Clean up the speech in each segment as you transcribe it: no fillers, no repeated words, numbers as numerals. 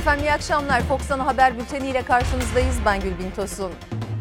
Efendim iyi akşamlar. Fox Ana Haber Bülteni ile karşınızdayız. Ben Gülbin Tosun.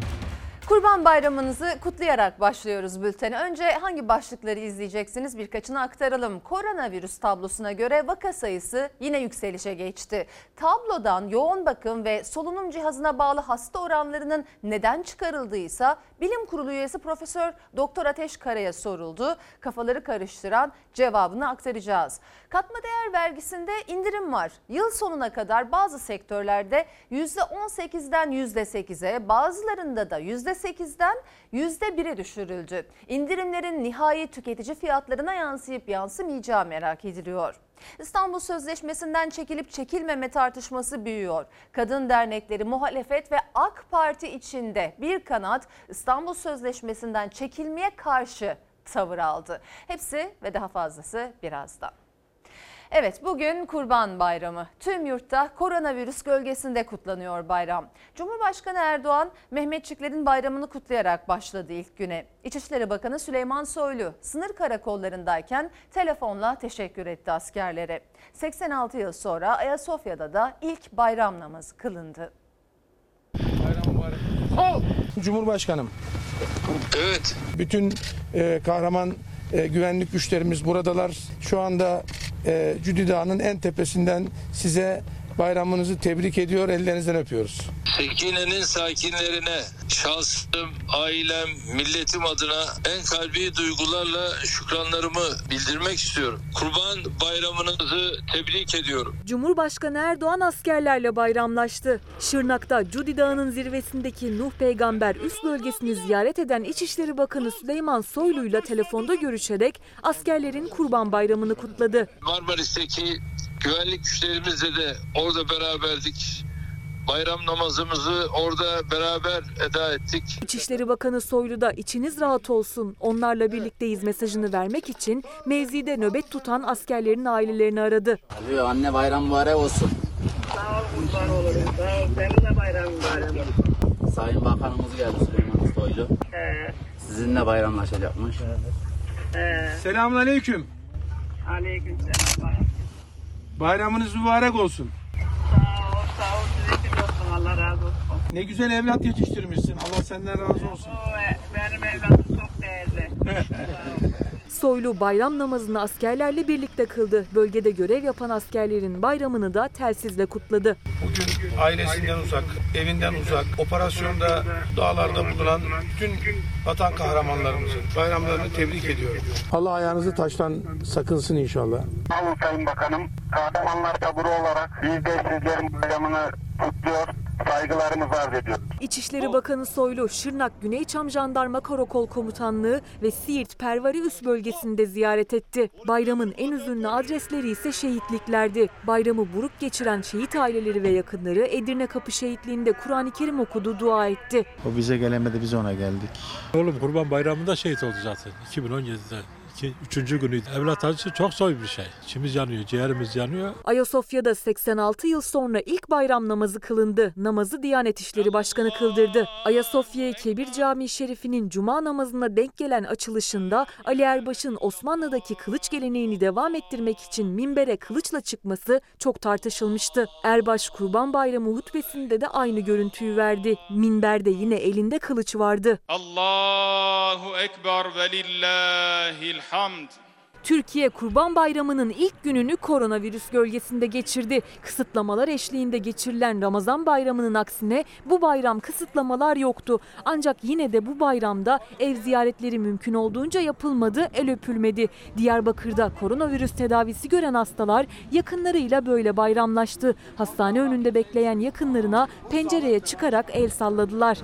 Kurban Bayramınızı kutlayarak başlıyoruz bültene. Önce hangi başlıkları izleyeceksiniz birkaçını aktaralım. Koronavirüs tablosuna göre vaka sayısı yine yükselişe geçti. Tablodan yoğun bakım ve solunum cihazına bağlı hasta oranlarının neden çıkarıldığıysa Bilim Kurulu üyesi Profesör Doktor Ateş Kara'ya soruldu. Kafaları karıştıran cevabını aktaracağız. Katma değer vergisinde indirim var. Yıl sonuna kadar bazı sektörlerde %18'den %8'e, bazılarında da %8'den %1'e düşürüldü. İndirimlerin nihai tüketici fiyatlarına yansıyıp yansımayacağı merak ediliyor. İstanbul Sözleşmesi'nden çekilip çekilmeme tartışması büyüyor. Kadın dernekleri, muhalefet ve AK Parti içinde bir kanat İstanbul Sözleşmesi'nden çekilmeye karşı tavır aldı. Hepsi ve daha fazlası birazdan. Evet, bugün Kurban Bayramı. Tüm yurtta koronavirüs gölgesinde kutlanıyor bayram. Cumhurbaşkanı Erdoğan, Mehmetçiklerin bayramını kutlayarak başladı ilk güne. İçişleri Bakanı Süleyman Soylu sınır karakollarındayken telefonla teşekkür etti askerlere. 86 yıl sonra Ayasofya'da da ilk bayram namazı kılındı. Bayram mübarek. Cumhurbaşkanım. Evet. Bütün kahraman güvenlik güçlerimiz buradalar. Şu anda Cudi Dağı'nın en tepesinden size bayramınızı tebrik ediyor, ellerinizden öpüyoruz. Sekine'nin sakinlerine, şahsım, ailem, milletim adına en kalbi duygularla şükranlarımı bildirmek istiyorum. Kurban Bayramınızı tebrik ediyorum. Cumhurbaşkanı Erdoğan askerlerle bayramlaştı. Şırnak'ta Cudi Dağı'nın zirvesindeki Nuh Peygamber üst bölgesini ziyaret eden İçişleri Bakanı Süleyman Soylu'yla telefonda görüşerek askerlerin Kurban Bayramını kutladı. Marmaris'teki güvenlik güçlerimizle de orada beraberdik. Bayram namazımızı orada beraber eda ettik. İçişleri Bakanı Soylu da içiniz rahat olsun, onlarla birlikteyiz mesajını vermek için mevzide nöbet tutan askerlerin ailelerini aradı. Alo anne, bayram mübarek olsun. Sağ ol, kurban olurum. Sağ ol, senin de bayram mübarek. Sayın Bakanımız geldi, Süleyman Soylu. Sizinle bayramlaşacakmış. Selamünaleyküm. Aleykümselam. Bayramınız mübarek olsun. Sağ ol, sizin olsun. Allah razı olsun. Ne güzel evlat yetiştirmişsin. Allah senden razı olsun. Benim evladım çok değerli. Soylu bayram namazını askerlerle birlikte kıldı. Bölgede görev yapan askerlerin bayramını da telsizle kutladı. Bugün ailesinden uzak, evinden uzak, operasyonda dağlarda bulunan bütün vatan kahramanlarımızın bayramlarını tebrik ediyorum. Allah ayağınızı taştan sakınsın inşallah. Sağ olun Sayın Bakanım. Kahramanlar taburu olarak biz de sizlerin bayramını kutluyor, saygılarımızı arz ediyoruz. İçişleri Bakanı Soylu, Şırnak Güneyçam Jandarma Karakol Komutanlığı ve Siirt Pervari Üs bölgesinde ziyaret etti. Bayramın en üzünlü adresleri ise şehitliklerdi. Bayramı buruk geçiren şehit aileleri ve yakınları Edirne Kapı Şehitliği'nde Kur'an-ı Kerim okudu, dua etti. O bize gelemedi, biz ona geldik. Oğlum Kurban Bayramı'nda şehit oldu zaten 2017'de. 3. günüydü. Evlat acısı çok zor bir şey. İçimiz yanıyor, ciğerimiz yanıyor. Ayasofya'da 86 yıl sonra ilk bayram namazı kılındı. Namazı Diyanet İşleri Başkanı kıldırdı. Ayasofya Kebir Camii Şerifi'nin cuma namazına denk gelen açılışında Ali Erbaş'ın Osmanlı'daki kılıç geleneğini devam ettirmek için minbere kılıçla çıkması çok tartışılmıştı. Erbaş Kurban Bayramı hutbesinde de aynı görüntüyü verdi. Minberde yine elinde kılıç vardı. Allahu Ekber ve lillahil hamd. Türkiye Kurban Bayramı'nın ilk gününü koronavirüs gölgesinde geçirdi. Kısıtlamalar eşliğinde geçirilen Ramazan Bayramı'nın aksine bu bayram kısıtlamalar yoktu. Ancak yine de bu bayramda ev ziyaretleri mümkün olduğunca yapılmadı, el öpülmedi. Diyarbakır'da koronavirüs tedavisi gören hastalar yakınlarıyla böyle bayramlaştı. Hastane önünde bekleyen yakınlarına pencereye çıkarak el salladılar.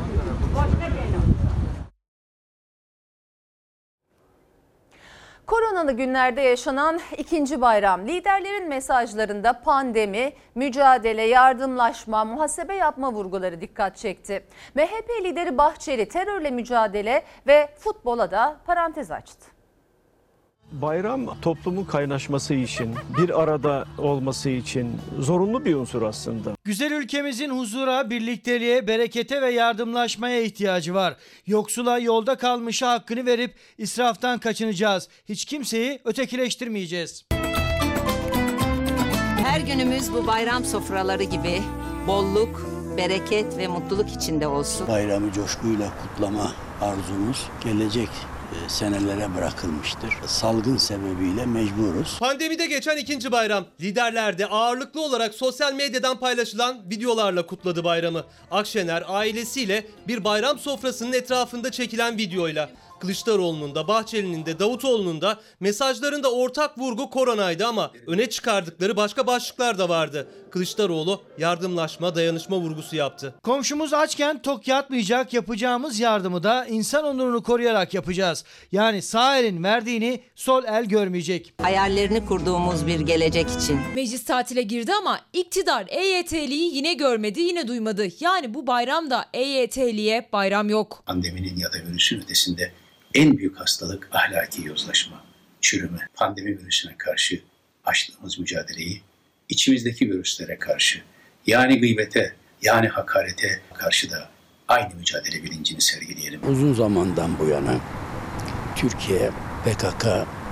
Koronalı günlerde yaşanan ikinci bayram. Liderlerin mesajlarında pandemi, mücadele, yardımlaşma, muhasebe yapma vurguları dikkat çekti. MHP lideri Bahçeli terörle mücadele ve futbola da parantez açtı. Bayram toplumun kaynaşması için, bir arada olması için zorunlu bir unsur aslında. Güzel ülkemizin huzura, birlikteliğe, berekete ve yardımlaşmaya ihtiyacı var. Yoksula, yolda kalmışa hakkını verip israftan kaçınacağız. Hiç kimseyi ötekileştirmeyeceğiz. Her günümüz bu bayram sofraları gibi bolluk, bereket ve mutluluk içinde olsun. Bayramı coşkuyla kutlama arzumuz gelecek senelere bırakılmıştır. Salgın sebebiyle mecburuz. Pandemide geçen ikinci bayram. Liderler de ağırlıklı olarak sosyal medyadan paylaşılan videolarla kutladı bayramı. Akşener ailesiyle bir bayram sofrasının etrafında çekilen videoyla. Kılıçdaroğlu'nun da Bahçeli'nin de Davutoğlu'nun da mesajlarında ortak vurgu koronaydı ama öne çıkardıkları başka başlıklar da vardı. Kılıçdaroğlu yardımlaşma, dayanışma vurgusu yaptı. Komşumuz açken tok yatmayacak, yapacağımız yardımı da insan onurunu koruyarak yapacağız. Yani sağ elin verdiğini sol el görmeyecek. Hayallerini kurduğumuz bir gelecek için. Meclis tatile girdi ama iktidar EYT'liyi yine görmedi, yine duymadı. Yani bu bayramda EYT'liye bayram yok. Pandeminin ya da virüsün ötesinde en büyük hastalık ahlaki yozlaşma, çürüme. Pandemi virüsüne karşı açtığımız mücadeleyi içimizdeki virüslere karşı, yani gıybete, yani hakarete karşı da aynı mücadele bilincini sergileyelim. Uzun zamandan bu yana Türkiye PKK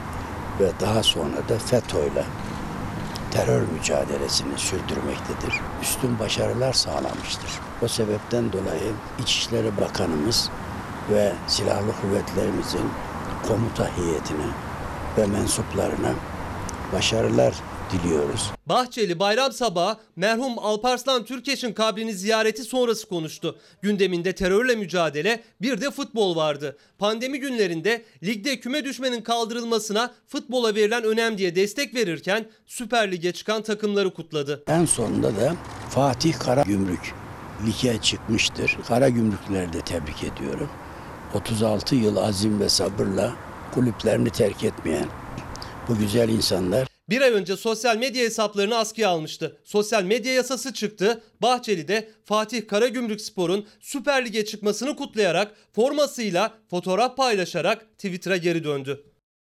ve daha sonra da FETÖ'yle terör mücadelesini sürdürmektedir. Üstün başarılar sağlamıştır. O sebepten dolayı İçişleri Bakanımız ve Silahlı Kuvvetlerimizin komuta heyetine ve mensuplarına başarılar diliyoruz. Bahçeli bayram sabahı merhum Alparslan Türkeş'in kabrini ziyareti sonrası konuştu. Gündeminde terörle mücadele, bir de futbol vardı. Pandemi günlerinde ligde küme düşmenin kaldırılmasına futbola verilen önem diye destek verirken Süper Lig'e çıkan takımları kutladı. En sonunda da Fatih Karagümrük lige çıkmıştır. Karagümrükleri de tebrik ediyorum. 36 yıl azim ve sabırla kulüplerini terk etmeyen bu güzel insanlar. Bir ay önce sosyal medya hesaplarını askıya almıştı. Sosyal medya yasası çıktı. Bahçeli de Fatih Karagümrükspor'un Süper Lig'e çıkmasını kutlayarak formasıyla fotoğraf paylaşarak Twitter'a geri döndü.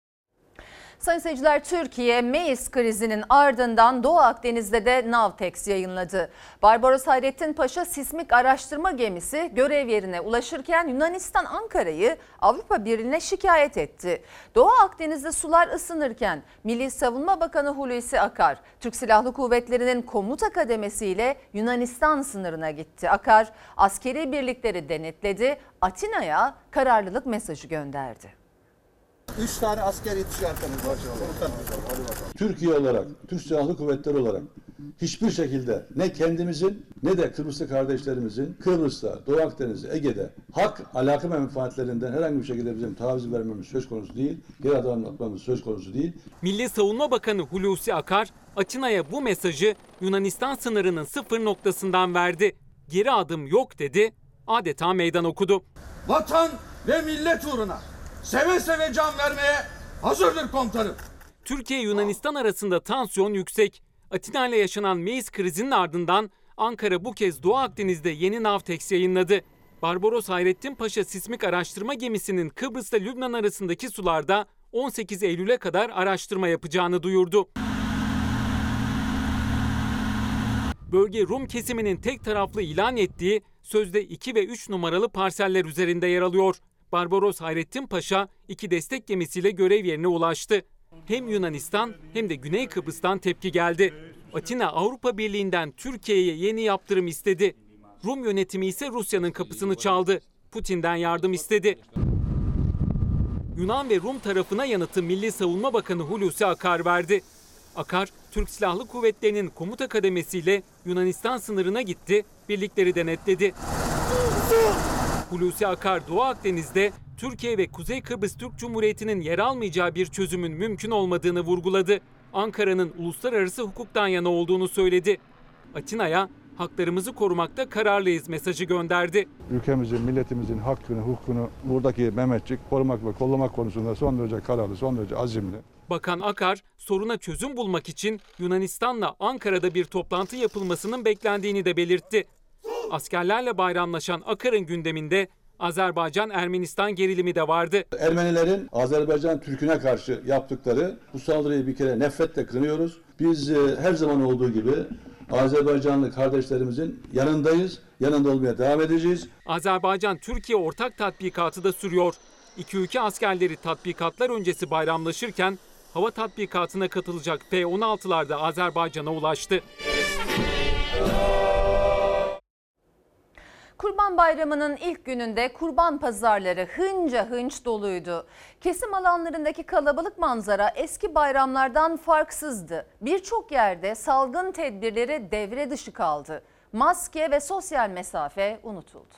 Sayın seyirciler, Türkiye MEİS krizinin ardından Doğu Akdeniz'de de Navtex yayınladı. Barbaros Hayrettin Paşa sismik araştırma gemisi görev yerine ulaşırken Yunanistan Ankara'yı Avrupa Birliği'ne şikayet etti. Doğu Akdeniz'de sular ısınırken Milli Savunma Bakanı Hulusi Akar, Türk Silahlı Kuvvetleri'nin komuta kademesiyle Yunanistan sınırına gitti. Akar askeri birlikleri denetledi, Atina'ya kararlılık mesajı gönderdi. 3 tane asker yetişiyorsanız var. Türkiye olarak, Türk Silahlı Kuvvetleri olarak hiçbir şekilde ne kendimizin ne de Kıbrıslı kardeşlerimizin Kıbrıs'ta, Doğu Akdeniz'de, Ege'de hak, alaka ve menfaatlerinden herhangi bir şekilde bizim taviz vermemiz söz konusu değil, geri adım atmamız söz konusu değil. Milli Savunma Bakanı Hulusi Akar, Atina'ya bu mesajı Yunanistan sınırının sıfır noktasından verdi. Geri adım yok dedi, adeta meydan okudu. Vatan ve millet uğruna seve seve can vermeye hazırdır komutanım. Türkiye-Yunanistan arasında tansiyon yüksek. Atina ile yaşanan MEİS krizinin ardından Ankara bu kez Doğu Akdeniz'de yeni Navtex yayınladı. Barbaros Hayrettin Paşa sismik araştırma gemisinin Kıbrıs'la Lübnan arasındaki sularda 18 Eylül'e kadar araştırma yapacağını duyurdu. Bölge Rum kesiminin tek taraflı ilan ettiği sözde 2 ve 3 numaralı parseller üzerinde yer alıyor. Barbaros Hayrettin Paşa 2 destek gemisiyle görev yerine ulaştı. Hem Yunanistan hem de Güney Kıbrıs'tan tepki geldi. Atina Avrupa Birliği'nden Türkiye'ye yeni yaptırım istedi. Rum yönetimi ise Rusya'nın kapısını çaldı. Putin'den yardım istedi. Yunan ve Rum tarafına yanıtı Milli Savunma Bakanı Hulusi Akar verdi. Akar, Türk Silahlı Kuvvetleri'nin komuta kademesiyle Yunanistan sınırına gitti, birlikleri denetledi. Hulusi Akar, Doğu Akdeniz'de Türkiye ve Kuzey Kıbrıs Türk Cumhuriyeti'nin yer almayacağı bir çözümün mümkün olmadığını vurguladı. Ankara'nın uluslararası hukuktan yana olduğunu söyledi. Atina'ya haklarımızı korumakta kararlıyız mesajı gönderdi. Ülkemizin, milletimizin hakkını, hukukunu buradaki Mehmetçik korumak ve kollamak konusunda son derece kararlı, son derece azimli. Bakan Akar, soruna çözüm bulmak için Yunanistan'la Ankara'da bir toplantı yapılmasının beklendiğini de belirtti. Askerlerle bayramlaşan Akar'ın gündeminde Azerbaycan-Ermenistan gerilimi de vardı. Ermenilerin Azerbaycan Türk'üne karşı yaptıkları bu saldırıyı bir kere nefretle kınıyoruz. Biz her zaman olduğu gibi Azerbaycanlı kardeşlerimizin yanındayız, yanında olmaya devam edeceğiz. Azerbaycan-Türkiye ortak tatbikatı da sürüyor. İki ülke askerleri tatbikatlar öncesi bayramlaşırken hava tatbikatına katılacak F-16'lar da Azerbaycan'a ulaştı. Kurban Bayramı'nın ilk gününde kurban pazarları hınca hınç doluydu. Kesim alanlarındaki kalabalık manzara eski bayramlardan farksızdı. Birçok yerde salgın tedbirleri devre dışı kaldı. Maske ve sosyal mesafe unutuldu.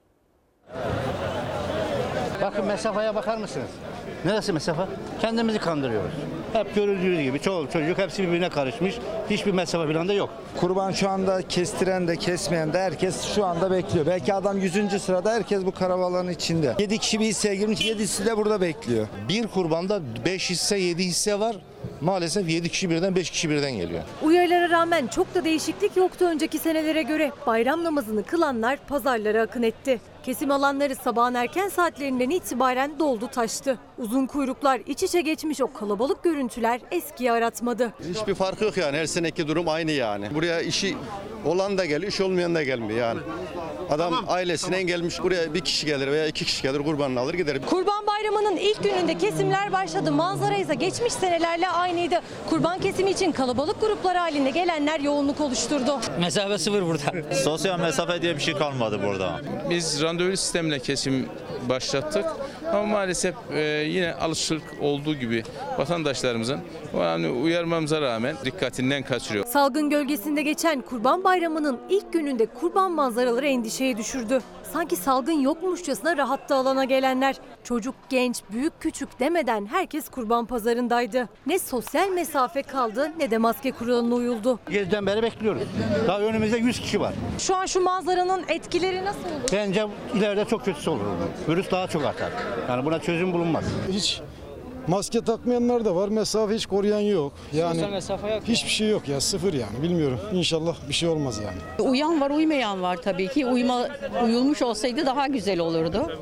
Bakın mesafeye bakar mısınız? Neresi mesafe? Kendimizi kandırıyoruz. Hep görüldüğü gibi çoluk çocuk hepsi birbirine karışmış. Hiçbir mesafe falan da yok. Kurban şu anda kestiren de kesmeyen de herkes şu anda bekliyor. Belki adam 100. sırada, herkes bu karavanların içinde. 7 kişi bir hisseye girmiş, 7'si de burada bekliyor. Bir kurbanda 5 hisse 7 hisse var. Maalesef 7 kişi birden 5 kişi birden geliyor. Uyarılara rağmen çok da değişiklik yoktu önceki senelere göre. Bayram namazını kılanlar pazarlara akın etti. Kesim alanları sabahın erken saatlerinden itibaren doldu taştı. Uzun kuyruklar, iç içe geçmiş o kalabalık görüntüler eskiyi aratmadı. Hiçbir farkı yok yani, her seneki durum aynı yani. Buraya işi olan da geliyor, iş olmayan da gelmiyor yani. Adam ailesinden gelmiş, buraya bir kişi gelir veya 2 kişi gelir, kurbanını alır gider. Kurban Bayramı'nın ilk gününde kesimler başladı. Manzara ise geçmiş senelerle aynıydı. Kurban kesimi için kalabalık gruplar halinde gelenler yoğunluk oluşturdu. Mesafe sıfır burada. Sosyal mesafe diye bir şey kalmadı burada. Biz randevu sistemle kesim başlattık ama maalesef yine alışık olduğu gibi vatandaşlarımızın uyarmamıza rağmen dikkatinden kaçırıyor. Salgın gölgesinde geçen Kurban Bayramı'nın ilk gününde kurban manzaraları endişeye düşürdü. Sanki salgın yokmuşçasına rahattı alana gelenler. Çocuk, genç, büyük, küçük demeden herkes kurban pazarındaydı. Ne sosyal mesafe kaldı ne de maske kuralına uyuldu. Gezden beri bekliyoruz. Daha önümüzde 100 kişi var. Şu an şu manzaranın etkileri nasıl olur? Bence ileride çok kötüsü olur. Virüs daha çok artar. Yani buna çözüm bulunmaz. Hiç maske takmayanlar da var. Mesafe hiç koruyan yok. Yani hiçbir şey yok ya, sıfır yani. Bilmiyorum. İnşallah bir şey olmaz yani. Uyan var, uymayan var tabii ki. Uyulmuş olsaydı daha güzel olurdu.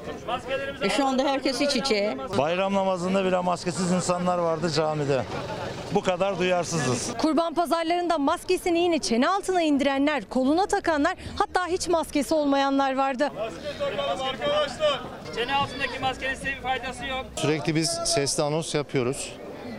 Şu anda herkes iç içe. Bayram namazında bile maskesiz insanlar vardı camide. Bu kadar duyarsızız. Kurban pazarlarında maskesini yine çene altına indirenler, koluna takanlar, hatta hiç maskesi olmayanlar vardı. Arkadaşlar, çene altındaki maskenin size bir faydası yok. Sürekli biz sesli anons yapıyoruz.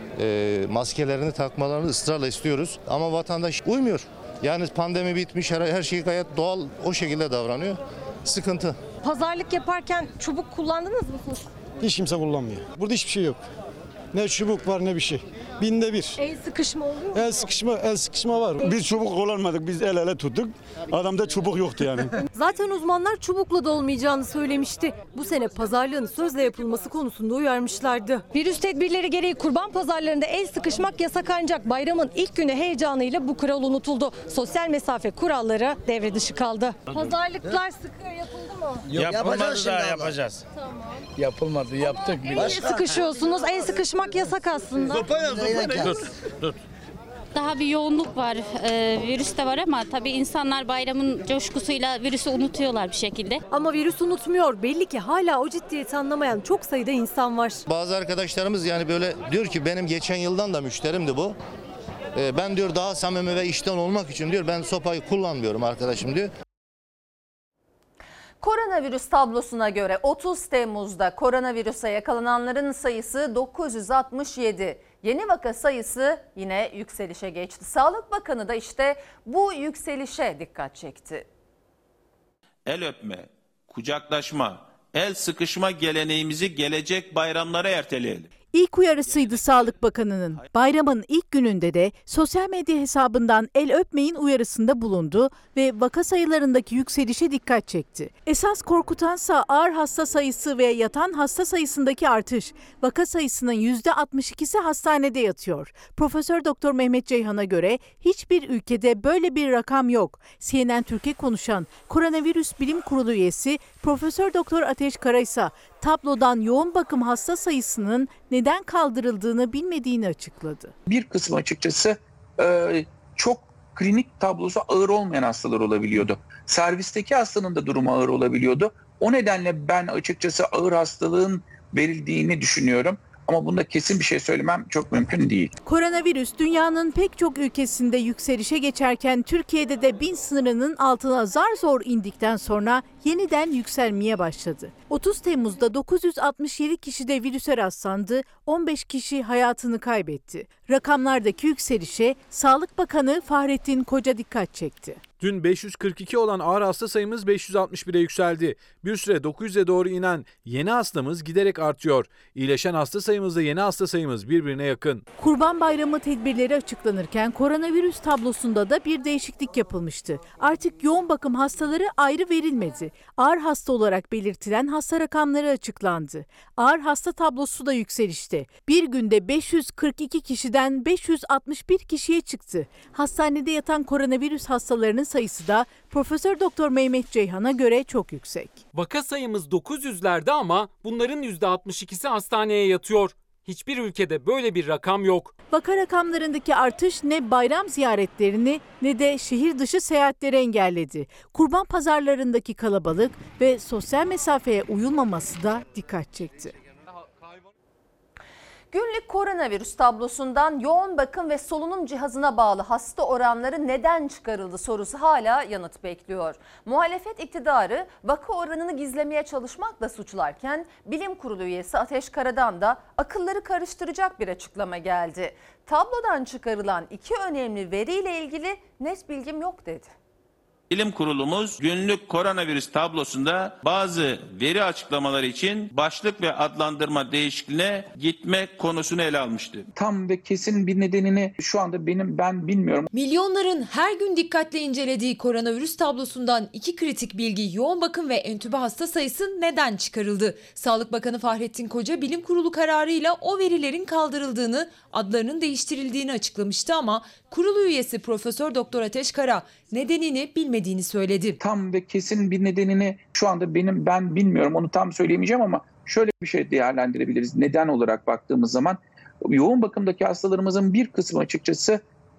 Maskelerini takmalarını ısrarla istiyoruz ama vatandaş uymuyor. Yani pandemi bitmiş, her şey gayet doğal o şekilde davranıyor. Sıkıntı. Pazarlık yaparken çubuk kullandınız mı? Hiç kimse kullanmıyor. Burada hiçbir şey yok. Ne çubuk var ne bir şey. Binde bir. El sıkışma oluyor mu? El sıkışma var. Biz çubuk kullanmadık. Biz el ele tuttuk. Adamda çubuk yoktu yani. Zaten uzmanlar çubukla da olmayacağını söylemişti. Bu sene pazarlığın sözle yapılması konusunda uyarmışlardı. Virüs tedbirleri gereği kurban pazarlarında el sıkışmak yasak, ancak bayramın ilk günü heyecanıyla bu kural unutuldu. Sosyal mesafe kuralları devre dışı kaldı. Pazarlıklar sıkı yapıldı mı? Yapılmadı da yapacağız. Tamam. Yapılmadı, yaptık. Niye sıkışıyorsunuz? El sıkışmak yasak aslında. Daha bir yoğunluk var, virüs de var ama tabii insanlar bayramın coşkusuyla virüsü unutuyorlar bir şekilde. Ama virüs unutmuyor. Belli ki hala o ciddiyeti anlamayan çok sayıda insan var. Bazı arkadaşlarımız yani böyle diyor ki benim geçen yıldan da müşterimdi bu. Ben diyor daha samimi ve işten olmak için diyor ben sopayı kullanmıyorum arkadaşım diyor. Koronavirüs tablosuna göre 30 Temmuz'da koronavirüse yakalananların sayısı 967. Yeni vaka sayısı yine yükselişe geçti. Sağlık Bakanı da işte bu yükselişe dikkat çekti. El öpme, kucaklaşma, el sıkışma geleneğimizi gelecek bayramlara erteleyelim. İlk uyarısıydı Sağlık Bakanı'nın. Bayramın ilk gününde de sosyal medya hesabından el öpmeyin uyarısında bulundu ve vaka sayılarındaki yükselişe dikkat çekti. Esas korkutansa ağır hasta sayısı ve yatan hasta sayısındaki artış. Vaka sayısının %62'si hastanede yatıyor. Profesör Doktor Mehmet Ceyhan'a göre hiçbir ülkede böyle bir rakam yok. CNN Türk'e konuşan Koronavirüs Bilim Kurulu üyesi Profesör Doktor Ateş Karaysa tablodan yoğun bakım hasta sayısının neden kaldırıldığını bilmediğini açıkladı. Bir kısmı açıkçası çok klinik tablosu ağır olmayan hastalar olabiliyordu. Servisteki hastanın da durumu ağır olabiliyordu. O nedenle ben açıkçası ağır hastalığın verildiğini düşünüyorum. Ama bunda kesin bir şey söylemem çok mümkün değil. Koronavirüs dünyanın pek çok ülkesinde yükselişe geçerken Türkiye'de de 1000 sınırının altına zar zor indikten sonra yeniden yükselmeye başladı. 30 Temmuz'da 967 kişi de virüse rastlandı, 15 kişi hayatını kaybetti. Rakamlardaki yükselişe Sağlık Bakanı Fahrettin Koca dikkat çekti. Dün 542 olan ağır hasta sayımız 561'e yükseldi. Bir süre 900'e doğru inen yeni hastamız giderek artıyor. İyileşen hasta sayımızla yeni hasta sayımız birbirine yakın. Kurban Bayramı tedbirleri açıklanırken koronavirüs tablosunda da bir değişiklik yapılmıştı. Artık yoğun bakım hastaları ayrı verilmedi. Ağır hasta olarak belirtilen hasta rakamları açıklandı. Ağır hasta tablosu da yükselişte. Bir günde 542 kişiden 561 kişiye çıktı. Hastanede yatan koronavirüs hastalarının sayısı da Profesör Doktor Mehmet Ceyhan'a göre çok yüksek. Vaka sayımız 900'lerde ama bunların %62'si hastaneye yatıyor. Hiçbir ülkede böyle bir rakam yok. Vaka rakamlarındaki artış ne bayram ziyaretlerini ne de şehir dışı seyahatleri engelledi. Kurban pazarlarındaki kalabalık ve sosyal mesafeye uyulmaması da dikkat çekti. Günlük koronavirüs tablosundan yoğun bakım ve solunum cihazına bağlı hasta oranları neden çıkarıldı sorusu hala yanıt bekliyor. Muhalefet iktidarı vaka oranını gizlemeye çalışmakla suçlarken Bilim Kurulu üyesi Ateş Kara'dan da akılları karıştıracak bir açıklama geldi. Tablodan çıkarılan iki önemli veriyle ilgili net bilgim yok dedi. Bilim Kurulumuz günlük koronavirüs tablosunda bazı veri açıklamaları için başlık ve adlandırma değişikliğine gitme konusunu ele almıştı. Tam ve kesin bir nedenini şu anda ben bilmiyorum. Milyonların her gün dikkatle incelediği koronavirüs tablosundan iki kritik bilgi yoğun bakım ve entübe hasta sayısı neden çıkarıldı? Sağlık Bakanı Fahrettin Koca Bilim Kurulu kararıyla o verilerin kaldırıldığını, adlarının değiştirildiğini açıklamıştı ama kurulu üyesi Profesör Doktor Ateş Kara nedenini bilmediğini söyledi. Tam ve kesin bir nedenini şu anda ben bilmiyorum, onu tam söyleyemeyeceğim ama şöyle bir şey değerlendirebiliriz. Neden olarak baktığımız zaman yoğun bakımdaki hastalarımızın bir kısmı açıkçası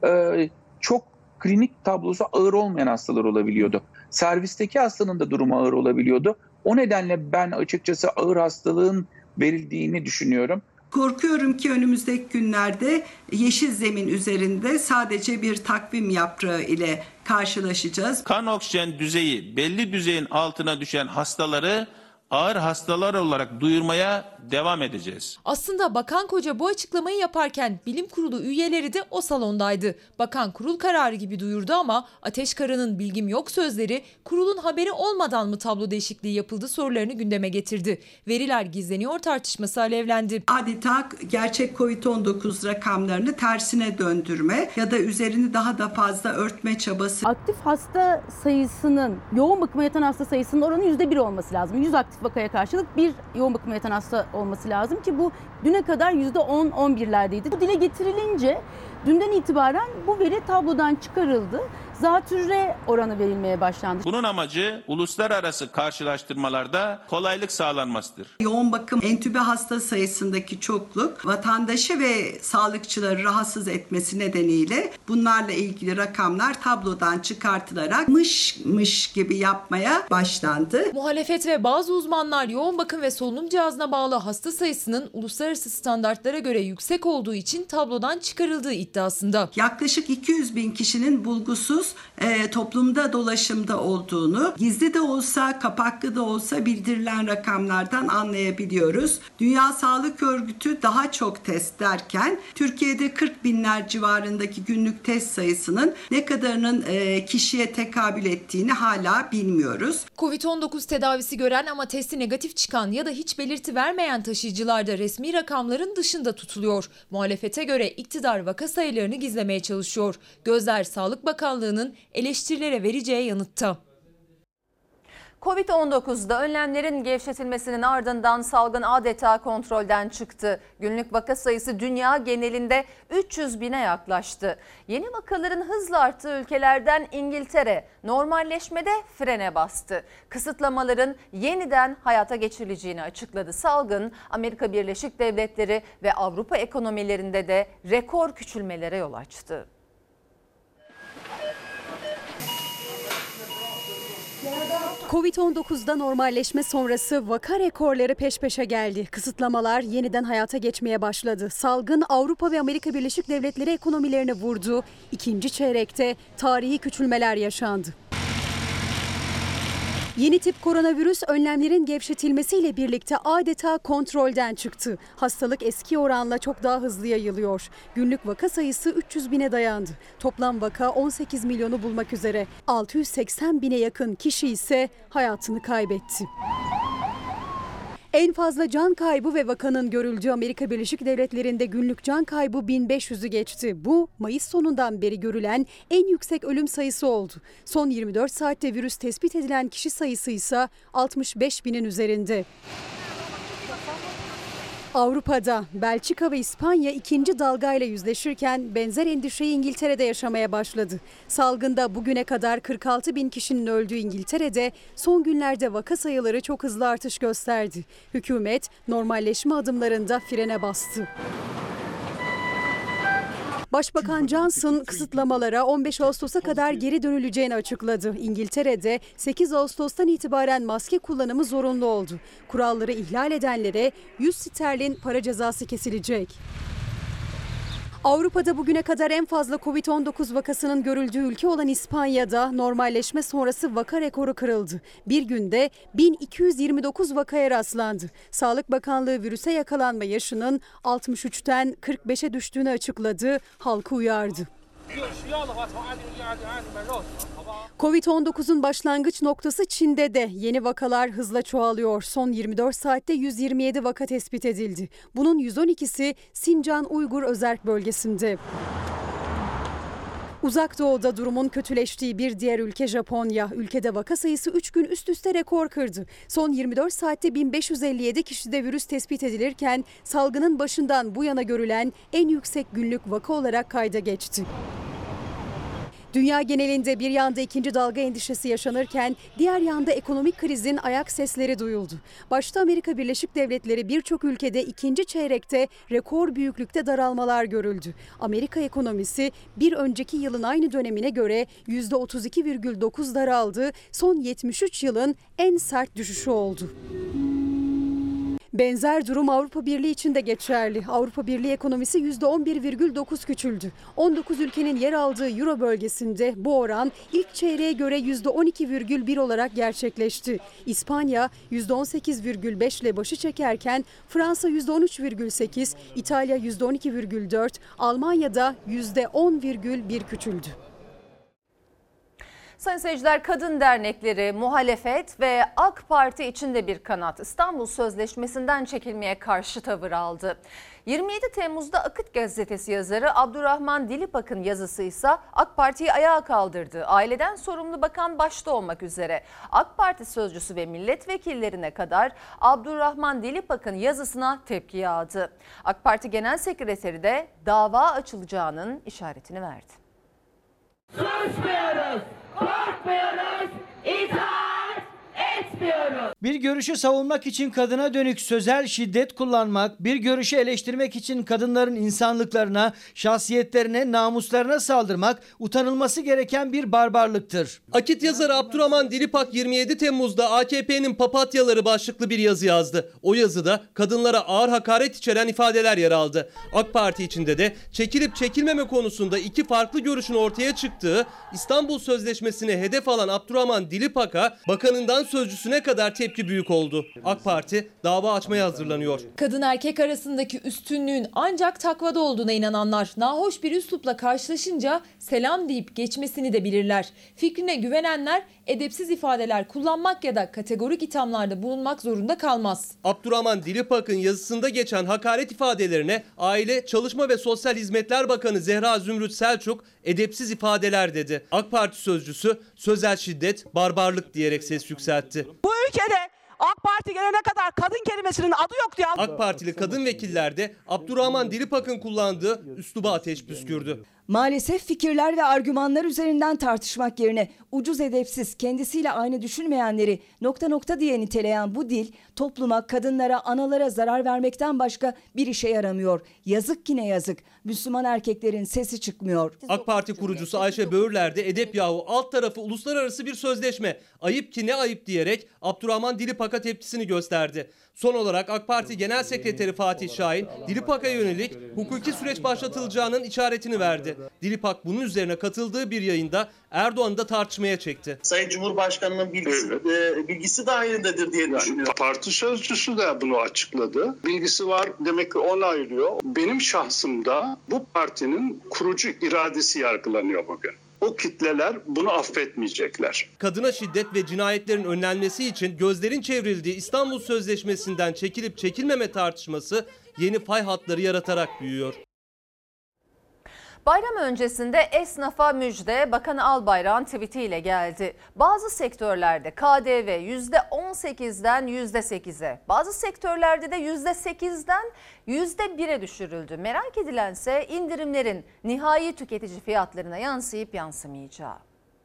çok klinik tablosu ağır olmayan hastalar olabiliyordu. Servisteki hastanın da durumu ağır olabiliyordu. O nedenle ben açıkçası ağır hastalığın verildiğini düşünüyorum. Korkuyorum ki önümüzdeki günlerde yeşil zemin üzerinde sadece bir takvim yaprağı ile karşılaşacağız. Kan oksijen düzeyi belli düzeyin altına düşen hastaları ağır hastalar olarak duyurmaya devam edeceğiz. Aslında Bakan Koca bu açıklamayı yaparken Bilim Kurulu üyeleri de o salondaydı. Bakan kurul kararı gibi duyurdu ama Ateş Kara'nın bilgim yok sözleri kurulun haberi olmadan mı tablo değişikliği yapıldı sorularını gündeme getirdi. Veriler gizleniyor tartışması alevlendi. Adeta gerçek COVID-19 rakamlarını tersine döndürme ya da üzerini daha da fazla örtme çabası. Aktif hasta sayısının, yoğun bakıma yatan hasta sayısının oranı %1 olması lazım. 100 aktif vakaya karşılık bir yoğun bakıma yatan hasta olması lazım ki bu düne kadar %10-11'lerdeydi. Bu dile getirilince dünden itibaren bu veri tablodan çıkarıldı. Zatürre oranı verilmeye başlandı. Bunun amacı uluslararası karşılaştırmalarda kolaylık sağlanmasıdır. Yoğun bakım entübe hasta sayısındaki çokluk vatandaşı ve sağlıkçıları rahatsız etmesi bunlarla ilgili rakamlar tablodan çıkartılarak mış gibi yapmaya başlandı. Muhalefet ve bazı uzmanlar yoğun bakım ve solunum cihazına bağlı hasta sayısının uluslararası standartlara göre yüksek olduğu için tablodan çıkarıldığı iddiasında. Yaklaşık 200 bin kişinin bulgusuz toplumda dolaşımda olduğunu, gizli de olsa kapaklı da olsa bildirilen rakamlardan anlayabiliyoruz. Dünya Sağlık Örgütü daha çok test derken Türkiye'de 40 binler civarındaki günlük test sayısının ne kadarının kişiye tekabül ettiğini hala bilmiyoruz. Covid-19 tedavisi gören ama testi negatif çıkan ya da hiç belirti vermeyen taşıyıcılar da resmi rakamların dışında tutuluyor. Muhalefete göre iktidar vaka sayılarını gizlemeye çalışıyor. Gözler Sağlık Bakanlığı'nın eleştirilere vereceği yanıtta. Covid-19'da önlemlerin gevşetilmesinin ardından salgın adeta kontrolden çıktı. Günlük vaka sayısı dünya genelinde 300 bine yaklaştı. Yeni vakaların hızla arttığı ülkelerden İngiltere normalleşmede frene bastı. Kısıtlamaların yeniden hayata geçirileceğini açıkladı. Salgın Amerika Birleşik Devletleri ve Avrupa ekonomilerinde de rekor küçülmelere yol açtı. Covid-19'da normalleşme sonrası vaka rekorları peş peşe geldi. Kısıtlamalar yeniden hayata geçmeye başladı. Salgın Avrupa ve Amerika Birleşik Devletleri ekonomilerini vurdu. İkinci çeyrekte tarihi küçülmeler yaşandı. Yeni tip koronavirüs önlemlerin gevşetilmesiyle birlikte adeta kontrolden çıktı. Hastalık eski oranla çok daha hızlı yayılıyor. Günlük vaka sayısı 300 bine dayandı. Toplam vaka 18 milyonu bulmak üzere. 680 bine yakın kişi ise hayatını kaybetti. En fazla can kaybı ve vakanın görüldüğü Amerika Birleşik Devletleri'nde günlük can kaybı 1500'ü geçti. Bu Mayıs sonundan beri görülen en yüksek ölüm sayısı oldu. Son 24 saatte virüs tespit edilen kişi sayısı ise 65 binin üzerinde. Avrupa'da Belçika ve İspanya ikinci dalgayla yüzleşirken benzer endişeyi İngiltere'de yaşamaya başladı. Salgında bugüne kadar 46 bin kişinin öldüğü İngiltere'de son günlerde vaka sayıları çok hızlı artış gösterdi. Hükümet normalleşme adımlarında frene bastı. Başbakan Johnson kısıtlamalara 15 Ağustos'a kadar geri dönüleceğini açıkladı. İngiltere'de 8 Ağustos'tan itibaren maske kullanımı zorunlu oldu. Kuralları ihlal edenlere 100 sterlin para cezası kesilecek. Avrupa'da bugüne kadar en fazla Covid-19 vakasının görüldüğü ülke olan İspanya'da normalleşme sonrası vaka rekoru kırıldı. Bir günde 1229 vakaya rastlandı. Sağlık Bakanlığı virüse yakalanma yaşının 63'ten 45'e düştüğünü açıkladı, halkı uyardı. Covid-19'un başlangıç noktası Çin'de de yeni vakalar hızla çoğalıyor. Son 24 saatte 127 vaka tespit edildi. Bunun 112'si Sincan Uygur Özerk bölgesinde. Uzak Doğu'da durumun kötüleştiği bir diğer ülke Japonya. Ülkede vaka sayısı 3 gün üst üste rekor kırdı. Son 24 saatte 1557 kişide virüs tespit edilirken salgının başından bu yana görülen en yüksek günlük vaka olarak kayda geçti. Dünya genelinde bir yanda ikinci dalga endişesi yaşanırken diğer yanda ekonomik krizin ayak sesleri duyuldu. Başta Amerika Birleşik Devletleri birçok ülkede ikinci çeyrekte rekor büyüklükte daralmalar görüldü. Amerika ekonomisi bir önceki yılın aynı dönemine göre %32,9 daraldı. Son 73 yılın en sert düşüşü oldu. Benzer durum Avrupa Birliği için de geçerli. Avrupa Birliği ekonomisi %11,9 küçüldü. 19 ülkenin yer aldığı Euro bölgesinde bu oran ilk çeyreğe göre %12,1 olarak gerçekleşti. İspanya %18,5 ile başı çekerken Fransa %13,8, İtalya %12,4, Almanya'da %10,1 küçüldü. Sayın seyirciler, kadın dernekleri, muhalefet ve AK Parti içinde bir kanat İstanbul Sözleşmesi'nden çekilmeye karşı tavır aldı. 27 Temmuz'da Akit Gazetesi yazarı Abdurrahman Dilipak'ın yazısı ise AK Parti'yi ayağa kaldırdı. Aileden sorumlu bakan başta olmak üzere AK Parti sözcüsü ve milletvekillerine kadar Abdurrahman Dilipak'ın yazısına tepki yağdı. AK Parti Genel Sekreteri de dava açılacağının işaretini verdi. Susmuyoruz, korkmuyoruz, itaat etmiyoruz. Bir görüşü savunmak için kadına dönük sözel şiddet kullanmak, bir görüşü eleştirmek için kadınların insanlıklarına, şahsiyetlerine, namuslarına saldırmak utanılması gereken bir barbarlıktır. Akit yazarı Abdurrahman Dilipak 27 Temmuz'da AKP'nin papatyaları başlıklı bir yazı yazdı. O yazıda kadınlara ağır hakaret içeren ifadeler yer aldı. AK Parti içinde de çekilip çekilmeme konusunda iki farklı görüşün ortaya çıktığı İstanbul Sözleşmesi'ne hedef alan Abdurrahman Dilipak'a bakanından sözcüsüne kadar tepki büyük oldu. AK Parti dava açmaya hazırlanıyor. Kadın erkek arasındaki üstünlüğün ancak takvada olduğuna inananlar nahoş bir üslupla karşılaşınca selam deyip geçmesini de bilirler. Fikrine güvenenler edepsiz ifadeler kullanmak ya da kategorik ithamlarda bulunmak zorunda kalmaz. Abdurrahman Dilipak'ın yazısında geçen hakaret ifadelerine Aile, Çalışma ve Sosyal Hizmetler Bakanı Zehra Zümrüt Selçuk edepsiz ifadeler dedi. AK Parti sözcüsü sözel şiddet, barbarlık diyerek ses yükseltti. Bu ülkede AK Parti gelene kadar kadın kelimesinin adı yoktu ya. AK Partili kadın vekiller de Abdurrahman Dilipak'ın kullandığı üsluba ateş püskürdü. Maalesef fikirler ve argümanlar üzerinden tartışmak yerine ucuz edepsiz, kendisiyle aynı düşünmeyenleri ... diye niteleyen bu dil topluma, kadınlara, analara zarar vermekten başka bir işe yaramıyor. Yazık ki ne yazık. Müslüman erkeklerin sesi çıkmıyor. AK Parti kurucusu Ayşe Böğürler de edep yahu, alt tarafı uluslararası bir sözleşme. Ayıp ki ne ayıp diyerek Abdurrahman Dilipak'a tepkisini gösterdi. Son olarak AK Parti Genel Sekreteri Fatih Şahin, Dilipak'a yönelik hukuki süreç başlatılacağının işaretini verdi. Dilipak bunun üzerine katıldığı bir yayında Erdoğan'ı da tartışmaya çekti. Sayın Cumhurbaşkanı'nın bilgisi dahilindedir diye düşünüyorum. Parti sözcüsü de bunu açıkladı. Bilgisi var, demek ki onaylıyor. Benim şahsımda bu partinin kurucu iradesi yargılanıyor bugün. O kitleler bunu affetmeyecekler. Kadına şiddet ve cinayetlerin önlenmesi için gözlerin çevrildiği İstanbul Sözleşmesi'nden çekilip çekilmeme tartışması yeni fay hatları yaratarak büyüyor. Bayram öncesinde esnafa müjde Bakan Albayrak'ın tweetiyle geldi. Bazı sektörlerde KDV %18'den %8'e, bazı sektörlerde de %8'den %1'e düşürüldü. Merak edilense indirimlerin nihai tüketici fiyatlarına yansıyıp yansımayacağı.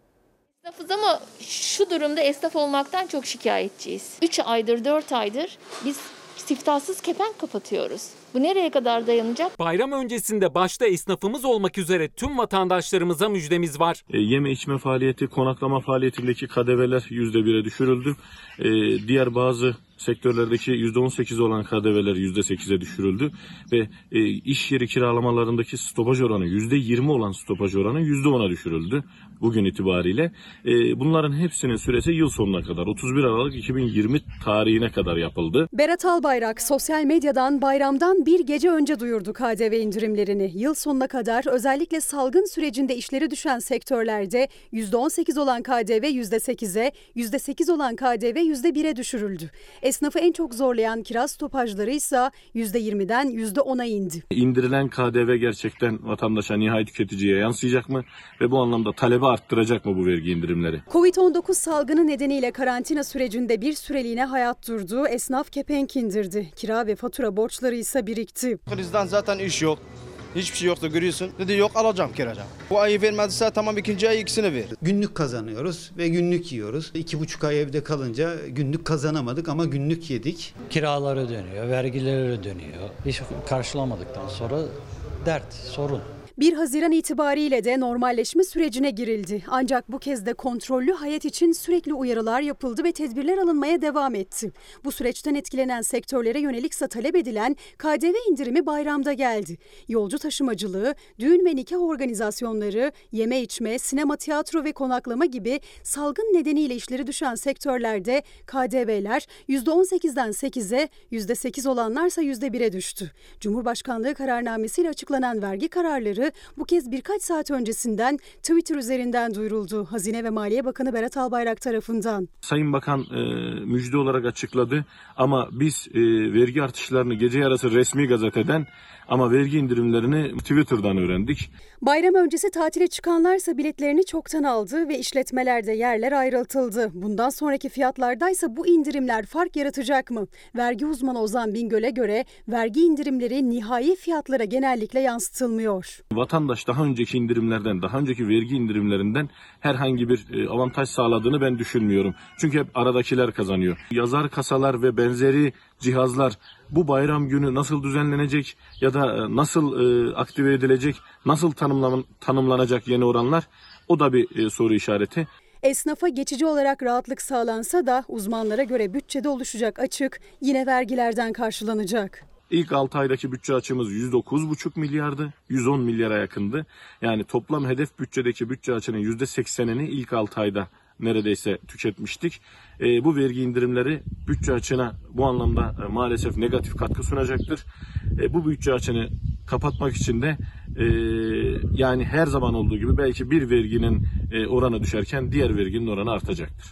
Esnafız ama şu durumda esnaf olmaktan çok şikayetçiyiz. 3 aydır 4 aydır biz siftahsız kepenk kapatıyoruz. Bu nereye kadar dayanacak? Bayram öncesinde başta esnafımız olmak üzere tüm vatandaşlarımıza müjdemiz var. Yeme içme faaliyeti, konaklama faaliyetindeki KDV'ler %1'e düşürüldü. Diğer bazı sektörlerdeki %18 olan KDV'ler %8'e düşürüldü. Ve iş yeri kiralamalarındaki stopaj oranı %20 olan stopaj oranı %10'a düşürüldü bugün itibariyle. Bunların hepsinin süresi yıl sonuna kadar 31 Aralık 2020 tarihine kadar yapıldı. Berat Albayrak sosyal medyadan bayramdan bir gece önce duyurdu KDV indirimlerini. Yıl sonuna kadar özellikle salgın sürecinde işleri düşen sektörlerde %18 olan KDV %8'e, %8 olan KDV %1'e düşürüldü. Esnafı en çok zorlayan kiraz stopajları ise %20'den %10'a indi. İndirilen KDV gerçekten vatandaşa, nihai tüketiciye yansıyacak mı ve bu anlamda talebi arttıracak mı bu vergi indirimleri? Covid-19 salgını nedeniyle karantina sürecinde bir süreliğine hayat durdu. Esnaf kepenk indirdi. Kira ve fatura borçları ise birikti. Krizden zaten iş yok. Hiçbir şey yoktu, görüyorsun. Dedi yok, alacağım kiracağım. Bu ayı vermediyse tamam, ikinci ay ikisini ver. Günlük kazanıyoruz ve günlük yiyoruz. 2,5 ay evde kalınca günlük kazanamadık ama günlük yedik. Kiraları dönüyor, vergileri dönüyor. Hiç karşılamadıktan sonra dert, sorun. 1 Haziran itibariyle de normalleşme sürecine girildi. Ancak bu kez de kontrollü hayat için sürekli uyarılar yapıldı ve tedbirler alınmaya devam etti. Bu süreçten etkilenen sektörlere yönelikse talep edilen KDV indirimi bayramda geldi. Yolcu taşımacılığı, düğün ve nikah organizasyonları, yeme içme, sinema, tiyatro ve konaklama gibi salgın nedeniyle işleri düşen sektörlerde KDV'ler %18'den 8'e, %8 olanlarsa %1'e düştü. Cumhurbaşkanlığı kararnamesiyle açıklanan vergi kararları bu kez birkaç saat öncesinden Twitter üzerinden duyuruldu. Hazine ve Maliye Bakanı Berat Albayrak tarafından. Sayın Bakan müjde olarak açıkladı ama biz vergi artışlarını gece yarısı resmi gazeteden ama vergi indirimlerini Twitter'dan öğrendik. Bayram öncesi tatile çıkanlarsa biletlerini çoktan aldı ve işletmelerde yerler ayrıltıldı. Bundan sonraki fiyatlardaysa bu indirimler fark yaratacak mı? Vergi uzmanı Ozan Bingöl'e göre vergi indirimleri nihai fiyatlara genellikle yansıtılmıyor. Vatandaş daha önceki indirimlerden, daha önceki vergi indirimlerinden herhangi bir avantaj sağladığını ben düşünmüyorum. Çünkü hep aradakiler kazanıyor. Yazar kasalar ve benzeri cihazlar bu bayram günü nasıl düzenlenecek ya da nasıl aktive edilecek, nasıl tanımlanacak yeni oranlar, o da bir soru işareti. Esnafa geçici olarak rahatlık sağlansa da uzmanlara göre bütçede oluşacak açık yine vergilerden karşılanacak. İlk 6 aydaki bütçe açığımız 109,5 milyardı, 110 milyara yakındı. Yani toplam hedef bütçedeki bütçe açığının %80'ini ilk 6 ayda neredeyse tüketmiştik. Bu vergi indirimleri bütçe açığına bu anlamda maalesef negatif katkı sunacaktır. Bu bütçe açığını kapatmak için de yani her zaman olduğu gibi belki bir verginin oranı düşerken diğer verginin oranı artacaktır.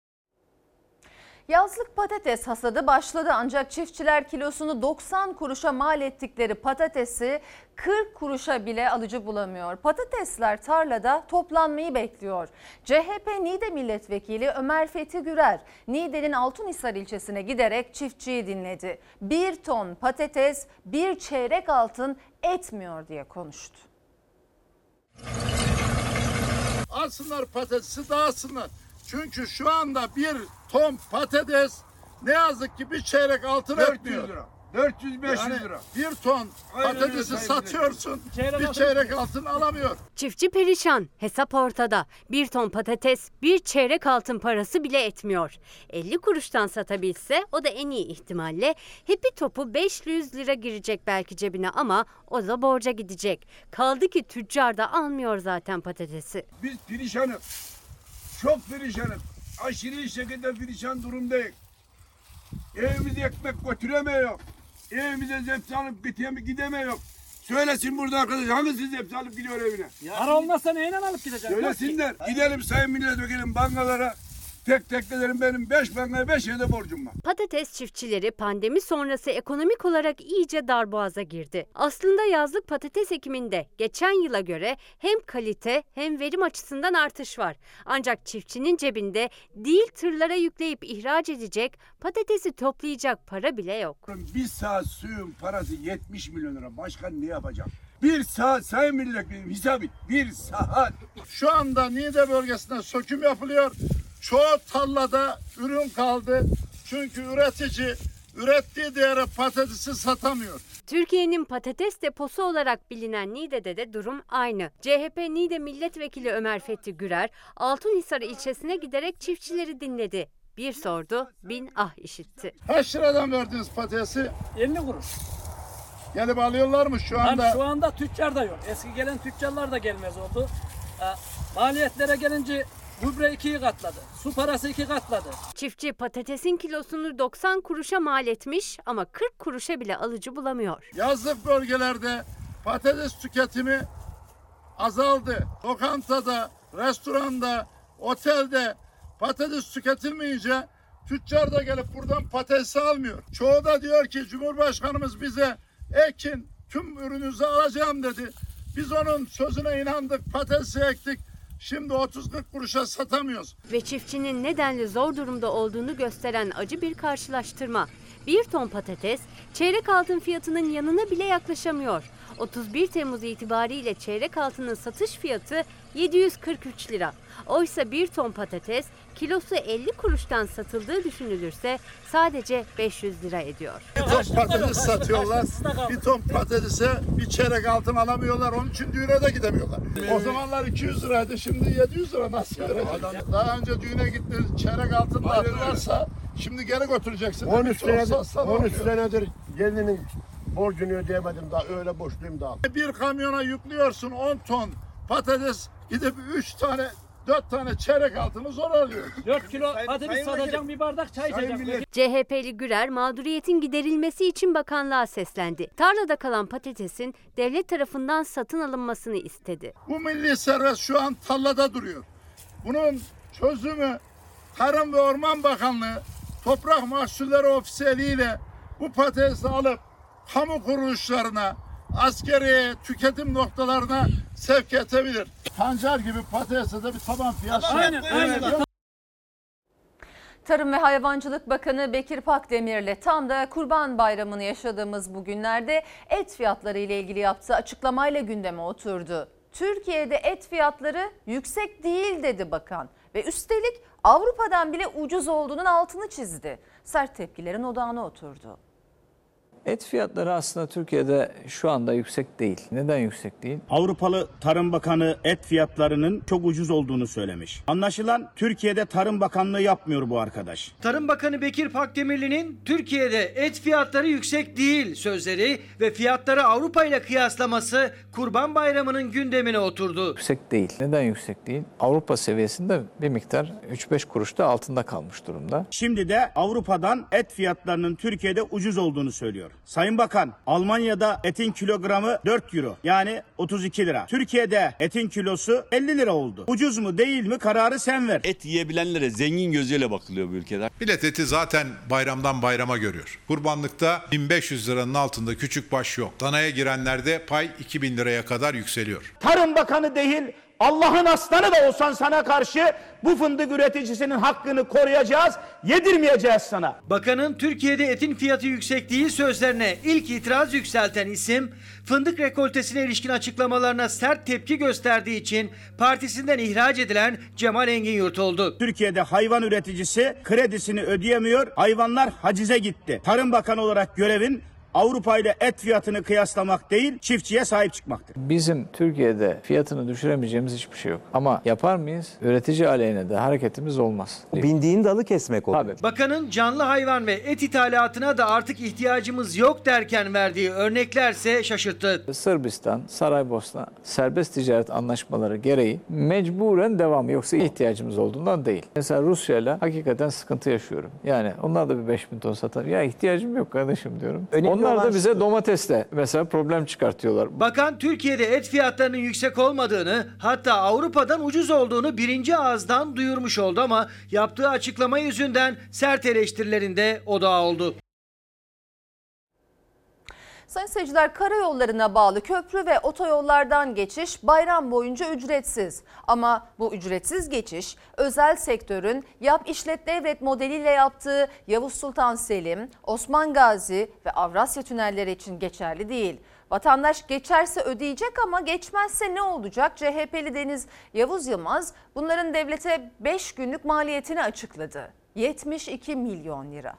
Yazlık patates hasadı başladı ancak çiftçiler kilosunu 90 kuruşa mal ettikleri patatesi 40 kuruşa bile alıcı bulamıyor. Patatesler tarlada toplanmayı bekliyor. CHP Niğde Milletvekili Ömer Fethi Gürer, Niğde'nin Altunhisar ilçesine giderek çiftçiyi dinledi. 1 ton patates 1 çeyrek altın etmiyor diye konuştu. Alsınlar patatesi dağıtsınlar. Çünkü şu anda bir ton patates ne yazık ki bir çeyrek altın etmiyor. 400-500 lira. Bir ton patatesi satıyorsun, bir çeyrek altın alamıyor. Çiftçi perişan, hesap ortada. Bir ton patates, bir çeyrek altın parası bile etmiyor. 50 kuruştan satabilse o da en iyi ihtimalle hepi topu 500 lira girecek belki cebine ama o da borca gidecek. Kaldı ki tüccar da almıyor zaten patatesi. Biz perişanız. Çok perişanız. Aşırı şekilde perişan durumdayız. Evimize ekmek götüremiyor. Evimize zepsi alıp gidemiyor. Söylesin burada arkadaş hangisi zepsi alıp gidiyor evine? Para olmazsa neyle alıp gidecek? Söylesinler. Gidelim sayın milletvekili bankalara. Tek gidelim benim 5 bankaya 5 yerde borcum var. Patates çiftçileri pandemi sonrası ekonomik olarak iyice darboğaza girdi. Aslında yazlık patates ekiminde geçen yıla göre hem kalite hem verim açısından artış var. Ancak çiftçinin cebinde değil tırlara yükleyip ihraç edecek, patatesi toplayacak para bile yok. Bir saat suyun parası 70 milyon lira. Başkan ne yapacak? Bir saat sayın milletvekili hesap et. Bir saat. Şu anda Niğde bölgesinde söküm yapılıyor. Çoğu tarlada ürün kaldı. Çünkü üretici ürettiği değere patatesi satamıyor. Türkiye'nin patates deposu olarak bilinen Niğde'de de durum aynı. CHP Niğde Milletvekili Ömer Fethi Gürer, Altunhisar ilçesine giderek çiftçileri dinledi. Bir sordu, bin ah işitti. Kaç liradan verdiniz patatesi? 50 kuruş. Gelip alıyorlar mı şu anda? Şu anda tüccar da yok. Eski gelen tüccarlar da gelmez oldu. Maliyetlere gelince gübre 2'yi katladı. Su parası 2 katladı. Çiftçi patatesin kilosunu 90 kuruşa mal etmiş ama 40 kuruşa bile alıcı bulamıyor. Yazlık bölgelerde patates tüketimi azaldı. Lokantada, restoranda, otelde patates tüketilmeyince tüccar da gelip buradan patatesi almıyor. Çoğu da diyor ki Cumhurbaşkanımız bize ekin tüm ürününüzü alacağım dedi. Biz onun sözüne inandık, patatesi ektik. Şimdi 30-40 kuruşa satamıyoruz. Ve çiftçinin nedenli zor durumda olduğunu gösteren acı bir karşılaştırma. Bir ton patates çeyrek altın fiyatının yanına bile yaklaşamıyor. 31 Temmuz itibariyle çeyrek altının satış fiyatı 743 lira. Oysa bir ton patates kilosu 50 kuruştan satıldığı düşünülürse sadece 500 lira ediyor. Bir ton patates satıyorlar. Bir ton patatese bir çeyrek altın alamıyorlar. Onun için düğüne de gidemiyorlar. O zamanlar 200 liraydı. Şimdi 700 lira nasıl verecek? Daha önce düğüne gittiniz çeyrek altın dağıtırlarsa şimdi geri götüreceksin. 13 senedir gelinin borcunu ödeyemedim daha öyle borçluyum daha. Bir kamyona yüklüyorsun 10 ton patates gidip 3 tane 4 tane çeyrek altını zor alıyor. 4 kilo patates satacağım bir bardak çay içeceğim. CHP'li Gürer mağduriyetin giderilmesi için bakanlığa seslendi. Tarlada kalan patatesin devlet tarafından satın alınmasını istedi. Bu milli servet şu an tarlada duruyor. Bunun çözümü Tarım ve Orman Bakanlığı Toprak Mahsulleri Ofisi eliyle bu patatesi alıp kamu kuruluşlarına, askeri tüketim noktalarına sevk edebilir. Pancar gibi patatese de bir taban fiyat. Aynen. Tarım ve Hayvancılık Bakanı Bekir Pakdemirli tam da Kurban Bayramı'nı yaşadığımız bu günlerde et fiyatları ile ilgili yaptığı açıklamayla gündeme oturdu. Türkiye'de et fiyatları yüksek değil dedi bakan ve üstelik Avrupa'dan bile ucuz olduğunun altını çizdi. Sert tepkilerin odağına oturdu. Et fiyatları aslında Türkiye'de şu anda yüksek değil. Neden yüksek değil? Avrupalı Tarım Bakanı et fiyatlarının çok ucuz olduğunu söylemiş. Anlaşılan Türkiye'de Tarım Bakanlığı yapmıyor bu arkadaş. Tarım Bakanı Bekir Pakdemirli'nin Türkiye'de et fiyatları yüksek değil sözleri ve fiyatları Avrupa ile kıyaslaması Kurban Bayramı'nın gündemine oturdu. Yüksek değil. Neden yüksek değil? Avrupa seviyesinde bir miktar 3-5 kuruş da altında kalmış durumda. Şimdi de Avrupa'dan et fiyatlarının Türkiye'de ucuz olduğunu söylüyor. Sayın Bakan, Almanya'da etin kilogramı 4 euro yani 32 lira. Türkiye'de etin kilosu 50 lira oldu. Ucuz mu değil mi kararı sen ver. Et yiyebilenlere zengin gözüyle bakılıyor bu ülkede. Millet eti zaten bayramdan bayrama görüyor. Kurbanlıkta 1500 liranın altında küçük baş yok. Danaya girenlerde pay 2000 liraya kadar yükseliyor. Tarım Bakanı değil, Allah'ın aslanı da olsan sana karşı bu fındık üreticisinin hakkını koruyacağız, yedirmeyeceğiz sana. Bakanın Türkiye'de etin fiyatı yüksek değil sözlerine ilk itiraz yükselten isim, fındık rekoltesine ilişkin açıklamalarına sert tepki gösterdiği için partisinden ihraç edilen Cemal Enginyurt oldu. Türkiye'de hayvan üreticisi kredisini ödeyemiyor, hayvanlar hacize gitti. Tarım Bakanı olarak görevin Avrupa ile et fiyatını kıyaslamak değil, çiftçiye sahip çıkmaktır. Bizim Türkiye'de fiyatını düşüremeyeceğimiz hiçbir şey yok. Ama yapar mıyız? Üretici aleyhine de hareketimiz olmaz. Bindiğin dalı kesmek o. Tabii. Bakanın canlı hayvan ve et ithalatına da artık ihtiyacımız yok derken verdiği örneklerse şaşırttı. Sırbistan, Saraybosna serbest ticaret anlaşmaları gereği mecburen devam, yoksa ihtiyacımız olduğundan değil. Mesela Rusya'yla hakikaten sıkıntı yaşıyorum. Yani onlar da bir 5000 ton satar. Ya ihtiyacım yok kardeşim diyorum. Onlar da bize domatesle mesela problem çıkartıyorlar. Bakan Türkiye'de et fiyatlarının yüksek olmadığını, hatta Avrupa'dan ucuz olduğunu birinci ağızdan duyurmuş oldu ama yaptığı açıklama yüzünden sert eleştirilerinde odağı oldu. Sayın seyirciler, karayollarına bağlı köprü ve otoyollardan geçiş bayram boyunca ücretsiz. Ama bu ücretsiz geçiş özel sektörün yap işlet devret modeliyle yaptığı Yavuz Sultan Selim, Osman Gazi ve Avrasya tünelleri için geçerli değil. Vatandaş geçerse ödeyecek ama geçmezse ne olacak? CHP'li Deniz Yavuz Yılmaz bunların devlete 5 günlük maliyetini açıkladı. 72 milyon lira.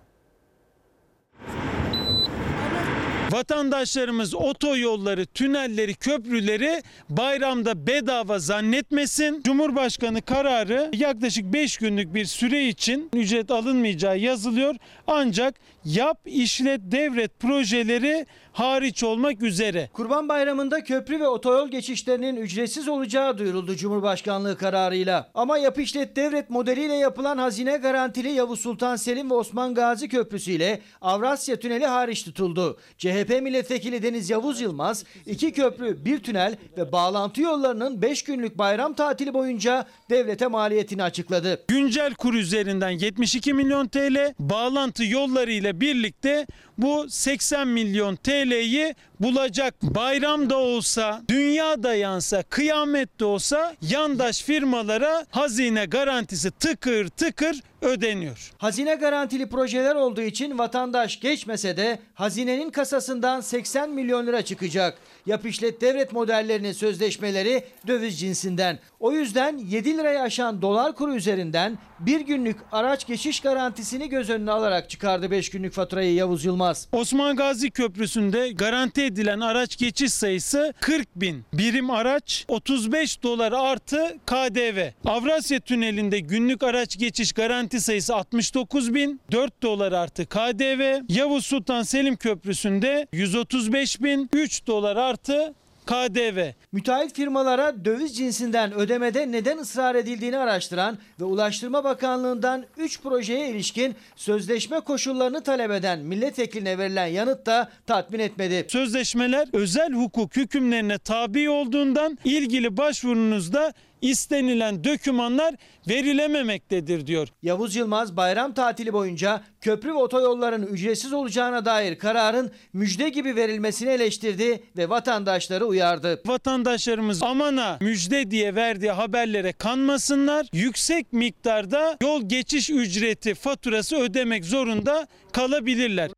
Vatandaşlarımız otoyolları, tünelleri, köprüleri bayramda bedava zannetmesin. Cumhurbaşkanı kararı yaklaşık 5 günlük bir süre için ücret alınmayacağı yazılıyor. Ancak yap, işlet, devret projeleri hariç olmak üzere. Kurban Bayramı'nda köprü ve otoyol geçişlerinin ücretsiz olacağı duyuruldu Cumhurbaşkanlığı kararıyla. Ama yap işlet devret modeliyle yapılan hazine garantili Yavuz Sultan Selim ve Osman Gazi Köprüsü ile Avrasya Tüneli hariç tutuldu. CHP milletvekili Deniz Yavuz Yılmaz, 2 köprü, 1 tünel ve bağlantı yollarının 5 günlük bayram tatili boyunca devlete maliyetini açıkladı. Güncel kur üzerinden 72 milyon TL, bağlantı yolları ile birlikte bu 80 milyon TL'yi bulacak. Bayramda olsa, dünyada yansa, kıyamette olsa yandaş firmalara hazine garantisi tıkır tıkır ödeniyor. Hazine garantili projeler olduğu için vatandaş geçmese de hazinenin kasasından 80 milyon lira çıkacak. Yap işlet devlet modellerinin sözleşmeleri döviz cinsinden. O yüzden 7 lirayı aşan dolar kuru üzerinden bir günlük araç geçiş garantisini göz önüne alarak çıkardı 5 günlük faturayı Yavuz Yılmaz. Osman Gazi Köprüsü'nde garanti edilen araç geçiş sayısı 40 bin. Birim araç 35 dolar artı KDV. Avrasya Tüneli'nde günlük araç geçiş garanti sayısı 69 bin. 4 dolar artı KDV. Yavuz Sultan Selim Köprüsü'nde 135 bin. 3 dolar artı KDV. Müteahhit firmalara döviz cinsinden ödemede neden ısrar edildiğini araştıran ve Ulaştırma Bakanlığı'ndan 3 projeye ilişkin sözleşme koşullarını talep eden milletvekiline verilen yanıt da tatmin etmedi. Sözleşmeler özel hukuk hükümlerine tabi olduğundan ilgili başvurunuzda istenilen dokümanlar verilememektedir diyor. Yavuz Yılmaz bayram tatili boyunca köprü ve otoyolların ücretsiz olacağına dair kararın müjde gibi verilmesini eleştirdi ve vatandaşları uyardı. Vatandaşlarımız amana müjde diye verdiği haberlere kanmasınlar. Yüksek miktarda yol geçiş ücreti faturası ödemek zorunda kalabilirler.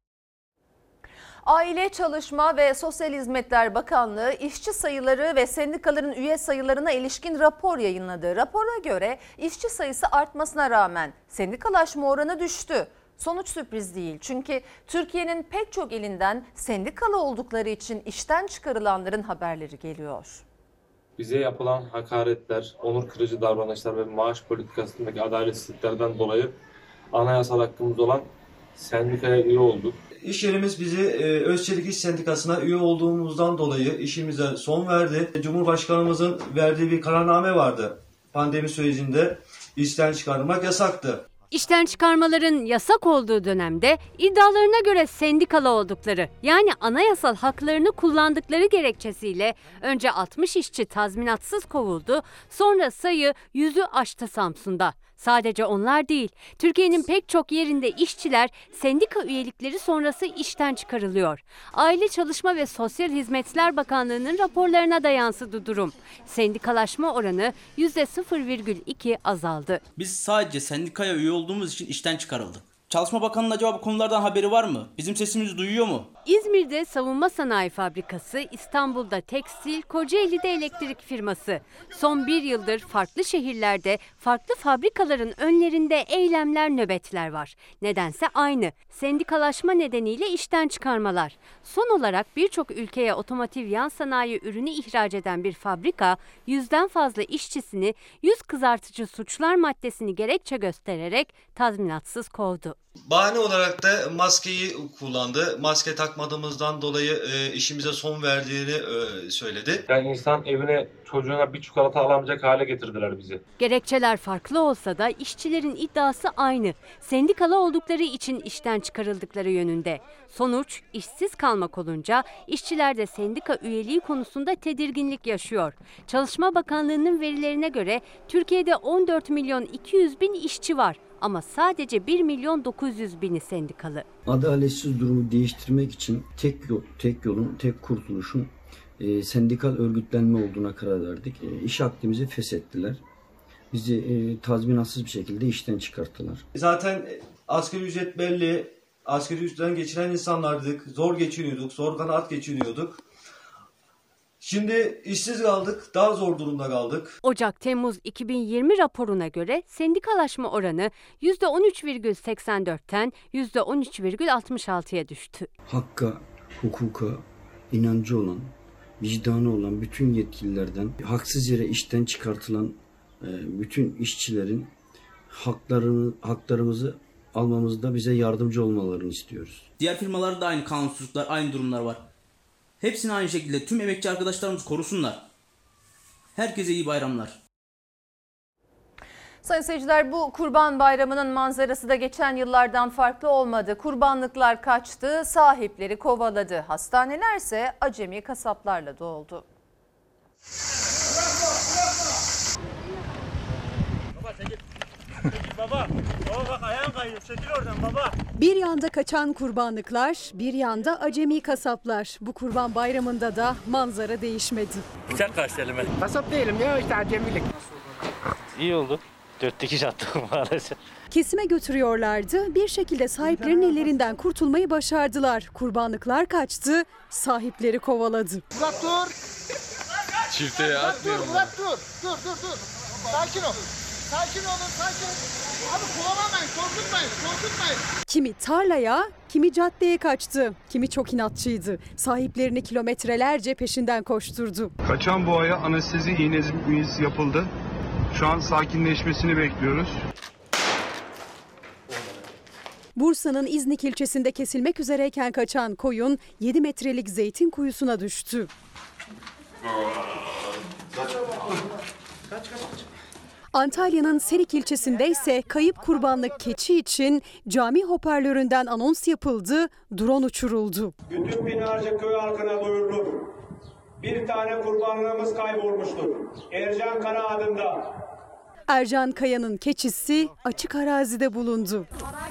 Aile, Çalışma ve Sosyal Hizmetler Bakanlığı işçi sayıları ve sendikaların üye sayılarına ilişkin rapor yayınladı. Rapora göre işçi sayısı artmasına rağmen sendikalaşma oranı düştü. Sonuç sürpriz değil, çünkü Türkiye'nin pek çok ilinden sendikalı oldukları için işten çıkarılanların haberleri geliyor. Bize yapılan hakaretler, onur kırıcı davranışlar ve maaş politikasındaki adaletsizliklerden dolayı anayasal hakkımız olan sendikaya üye olduk. İş yerimiz bizi Özçelik İş Sendikası'na üye olduğumuzdan dolayı işimize son verdi. Cumhurbaşkanımızın verdiği bir kararname vardı. Pandemi sürecinde işten çıkarılmak yasaktı. İşten çıkarmaların yasak olduğu dönemde iddialarına göre sendikalı oldukları, yani anayasal haklarını kullandıkları gerekçesiyle önce 60 işçi tazminatsız kovuldu, sonra sayı 100'ü aştı Samsun'da. Sadece onlar değil, Türkiye'nin pek çok yerinde işçiler sendika üyelikleri sonrası işten çıkarılıyor. Aile Çalışma ve Sosyal Hizmetler Bakanlığı'nın raporlarına da yansıdı durum. Sendikalaşma oranı %0,2 azaldı. Biz sadece sendikaya üye olduğumuz için işten çıkarıldık. Çalışma Bakanı'nın acaba bu konulardan haberi var mı? Bizim sesimizi duyuyor mu? İzmir'de savunma sanayi fabrikası, İstanbul'da tekstil, Kocaeli'de elektrik firması. Son bir yıldır farklı şehirlerde, farklı fabrikaların önlerinde eylemler, nöbetler var. Nedense aynı. Sendikalaşma nedeniyle işten çıkarmalar. Son olarak birçok ülkeye otomotiv yan sanayi ürünü ihraç eden bir fabrika, 100'den fazla işçisini yüz kızartıcı suçlar maddesini gerekçe göstererek tazminatsız kovdu. Bahane olarak da maskeyi kullandı. Maske takmadığımızdan dolayı işimize son verdiğini söyledi. Yani insan evine, çocuğuna bir çikolata alamayacak hale getirdiler bizi. Gerekçeler farklı olsa da işçilerin iddiası aynı. Sendikalı oldukları için işten çıkarıldıkları yönünde. Sonuç işsiz kalmak olunca işçiler de sendika üyeliği konusunda tedirginlik yaşıyor. Çalışma Bakanlığı'nın verilerine göre Türkiye'de 14 milyon 200 bin işçi var. Ama sadece 1 milyon 900 bini sendikalı. Adaletsiz durumu değiştirmek için tek yolun, tek kurtuluşun sendikal örgütlenme olduğuna karar verdik. İş akdimizi feshettiler. Bizi tazminatsız bir şekilde işten çıkarttılar. Zaten asgari ücret belli. Asgari ücretten geçiren insanlardık. Zor geçiniyorduk, zor kanaat geçiniyorduk. Şimdi işsiz kaldık, daha zor durumda kaldık. Ocak-Temmuz 2020 raporuna göre sendikalaşma oranı %13,84'ten %13,66'ya düştü. Hakka, hukuka inancı olan, vicdanı olan bütün yetkililerden haksız yere işten çıkartılan bütün işçilerin haklarımızı almamızda bize yardımcı olmalarını istiyoruz. Diğer firmalarda da aynı kanunsuzluklar, aynı durumlar var. Hepsini aynı şekilde tüm emekçi arkadaşlarımız korusunlar. Herkese iyi bayramlar. Sayın seyirciler, bu Kurban Bayramı'nın manzarası da geçen yıllardan farklı olmadı. Kurbanlıklar kaçtı, sahipleri kovaladı. Hastanelerse acemi kasaplarla doldu. Baba, bak ayağın kayıyor. Çekil oradan baba. Bir yanda kaçan kurbanlıklar, bir yanda acemi kasaplar. Bu Kurban Bayramı'nda da manzara değişmedi. Bıçak kaçtı elime. Kasap değilim ya, işte acemilik. İyi oldu. 4 dikiş attık maalesef. Kesime götürüyorlardı. Bir şekilde sahiplerinin ellerinden kurtulmayı başardılar. Kurbanlıklar kaçtı, sahipleri kovaladı. Murat dur. Çifteye atmıyorum. Murat dur. Dur. Sakin ol. Sakin olun, sakin. Abi kovalamayın, korkutmayın. Kimi tarlaya, kimi caddeye kaçtı. Kimi çok inatçıydı. Sahiplerini kilometrelerce peşinden koşturdu. Kaçan boğaya anestezi iğnesi yapıldı. Şu an sakinleşmesini bekliyoruz. Bursa'nın İznik ilçesinde kesilmek üzereyken kaçan koyun 7 metrelik zeytin kuyusuna düştü. Kaç. Antalya'nın Serik ilçesinde ise kayıp kurbanlık keçi için cami hoparlöründen anons yapıldı, drone uçuruldu. Bütün binlerce köy halkına duyurulur. Bir tane kurbanlığımız kaybolmuştur. Ercan Kara adında. Ercan Kaya'nın keçisi açık arazide bulundu.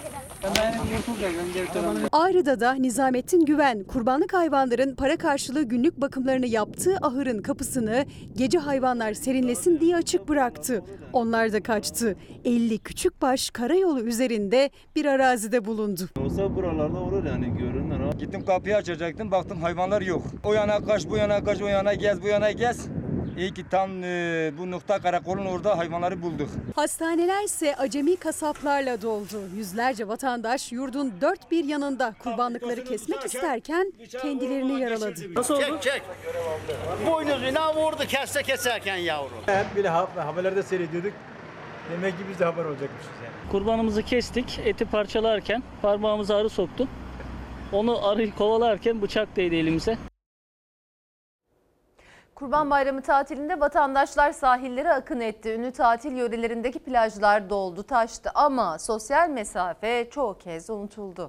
Ağrı'da da Nizamettin Güven kurbanlık hayvanların para karşılığı günlük bakımlarını yaptığı ahırın kapısını gece hayvanlar serinlesin diye açık bıraktı. Onlar da kaçtı. 50 küçükbaş karayolu üzerinde bir arazide bulundu. Olsa buralarda olur yani görünür. Gittim kapıyı açacaktım, baktım hayvanlar yok. O yana kaç, bu yana kaç, o yana gez, bu yana gez. İyi ki tam bu nokta karakolun orada hayvanları bulduk. Hastaneler ise acemi kasaplarla doldu. Yüzlerce vatandaş yurdun dört bir yanında kurbanlıkları kesmek isterken kendilerini yaraladı. Nasıl oldu? Çek. Boynuzuna vurdu keserken yavrum. Hep bile haberlerde seyrediyorduk. Demek ki biz de haber olacakmışız yani. Kurbanımızı kestik. Eti parçalarken parmağımıza arı soktu. Onu arıyı kovalarken bıçak değdi elimize. Kurban Bayramı tatilinde vatandaşlar sahillere akın etti. Ünlü tatil yörelerindeki plajlar doldu, taştı ama sosyal mesafe çoğu kez unutuldu.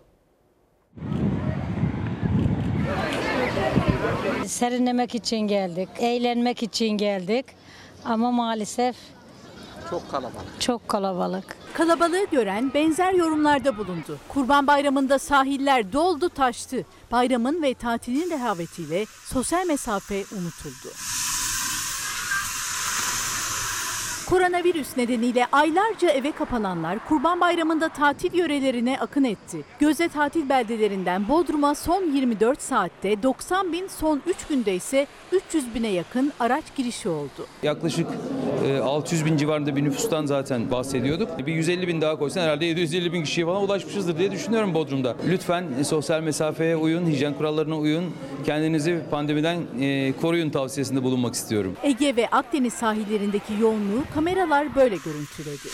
Serinlemek için geldik, eğlenmek için geldik ama maalesef çok kalabalık. Çok kalabalık. Kalabalığı gören benzer yorumlarda bulundu. Kurban Bayramı'nda sahiller doldu taştı. Bayramın ve tatilin rehavetiyle sosyal mesafe unutuldu. Koronavirüs nedeniyle aylarca eve kapananlar Kurban Bayramı'nda tatil yörelerine akın etti. Gözde tatil beldelerinden Bodrum'a son 24 saatte 90 bin, son 3 günde ise 300 bine yakın araç girişi oldu. Yaklaşık 600 bin civarında bir nüfustan zaten bahsediyorduk. Bir 150 bin daha koysan herhalde 750 bin kişiye falan ulaşmışızdır diye düşünüyorum Bodrum'da. Lütfen sosyal mesafeye uyun, hijyen kurallarına uyun, kendinizi pandemiden koruyun tavsiyesinde bulunmak istiyorum. Ege ve Akdeniz sahillerindeki yoğunluğu kameralar böyle görüntüledi.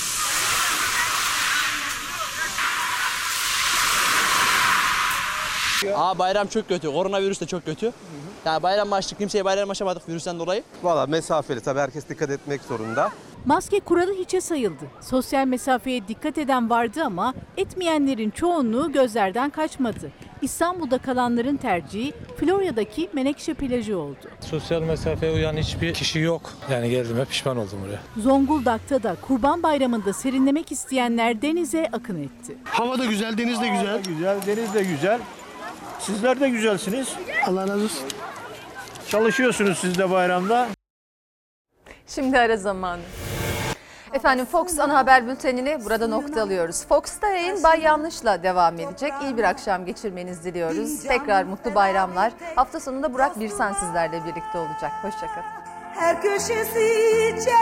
Bayram çok kötü. Koronavirüs de çok kötü. Yani bayram açtık, kimseye bayramlaşamadık virüsten dolayı. Valla mesafeli, tabii herkes dikkat etmek zorunda. Maske kuralı hiçe sayıldı. Sosyal mesafeye dikkat eden vardı ama etmeyenlerin çoğunluğu gözlerden kaçmadı. İstanbul'da kalanların tercihi Florya'daki Menekşe plajı oldu. Sosyal mesafeye uyan hiçbir kişi yok. Yani geldiğime pişman oldum buraya. Zonguldak'ta da Kurban Bayramı'nda serinlemek isteyenler denize akın etti. Hava da güzel, deniz de güzel. Güzel, deniz de güzel. Sizler de güzelsiniz. Allah razı olsun. Çalışıyorsunuz siz de bayramda. Şimdi ara zamanı. Efendim Fox ana haber bültenini burada noktalıyoruz. Fox'ta yayın Bay Yanlış'la devam edecek. İyi bir akşam geçirmenizi diliyoruz. Tekrar mutlu bayramlar. Hafta sonunda Burak Birsen sizlerle birlikte olacak. Hoşçakalın. Her köşesi